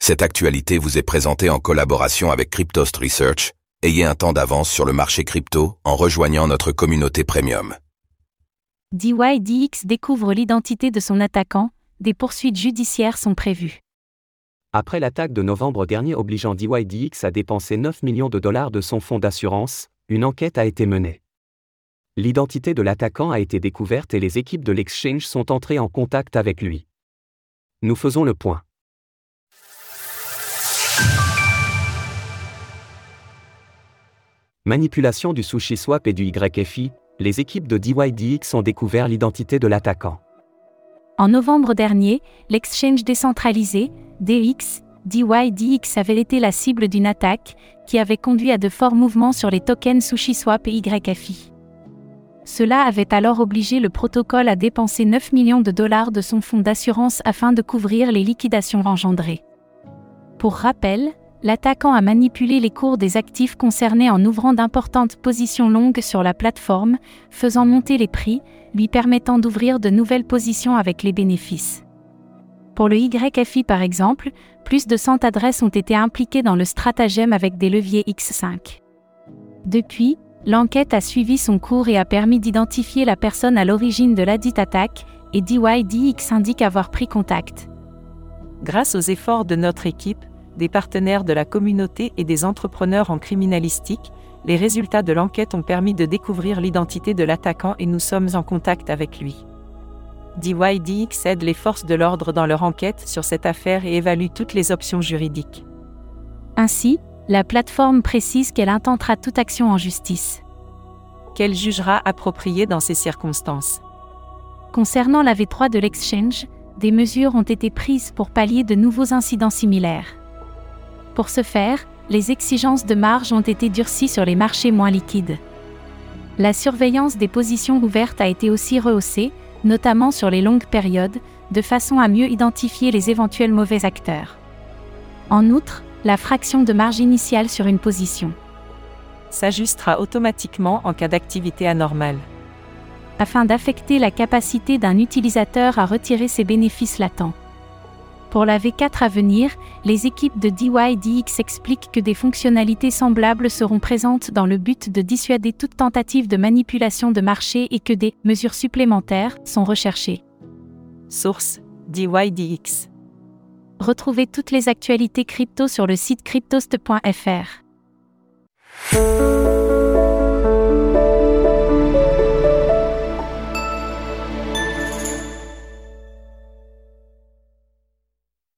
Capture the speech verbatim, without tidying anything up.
Cette actualité vous est présentée en collaboration avec Cryptost Research. Ayez un temps d'avance sur le marché crypto en rejoignant notre communauté premium. D Y D X découvre l'identité de son attaquant, des poursuites judiciaires sont prévues. Après l'attaque de novembre dernier obligeant D Y D X à dépenser neuf millions de dollars de son fonds d'assurance, une enquête a été menée. L'identité de l'attaquant a été découverte et les équipes de l'exchange sont entrées en contact avec lui. Nous faisons le point. Manipulation du SushiSwap et du Y F I, les équipes de D Y D X ont découvert l'identité de l'attaquant. En novembre dernier, l'exchange décentralisé, D X, D Y D X avait été la cible d'une attaque, qui avait conduit à de forts mouvements sur les tokens SushiSwap et Y F I. Cela avait alors obligé le protocole à dépenser neuf millions de dollars de son fonds d'assurance afin de couvrir les liquidations engendrées. Pour rappel, l'attaquant a manipulé les cours des actifs concernés en ouvrant d'importantes positions longues sur la plateforme, faisant monter les prix, lui permettant d'ouvrir de nouvelles positions avec les bénéfices. Pour le Y F I par exemple, plus de cent adresses ont été impliquées dans le stratagème avec des leviers X cinq. Depuis, l'enquête a suivi son cours et a permis d'identifier la personne à l'origine de ladite attaque, et D Y D X indique avoir pris contact. Grâce aux efforts de notre équipe, des partenaires de la communauté et des entrepreneurs en criminalistique, les résultats de l'enquête ont permis de découvrir l'identité de l'attaquant et nous sommes en contact avec lui. D Y D X aide les forces de l'ordre dans leur enquête sur cette affaire et évalue toutes les options juridiques. Ainsi, la plateforme précise qu'elle intentera toute action en justice. Qu'elle jugera appropriée dans ces circonstances. Concernant la V trois de l'exchange, des mesures ont été prises pour pallier de nouveaux incidents similaires. Pour ce faire, les exigences de marge ont été durcies sur les marchés moins liquides. La surveillance des positions ouvertes a été aussi rehaussée, notamment sur les longues périodes, de façon à mieux identifier les éventuels mauvais acteurs. En outre, la fraction de marge initiale sur une position s'ajustera automatiquement en cas d'activité anormale, afin d'affecter la capacité d'un utilisateur à retirer ses bénéfices latents. Pour la V quatre à venir, les équipes de D Y D X expliquent que des fonctionnalités semblables seront présentes dans le but de dissuader toute tentative de manipulation de marché et que des « mesures supplémentaires » sont recherchées. Source: D Y D X. Retrouvez toutes les actualités crypto sur le site cryptost point F R.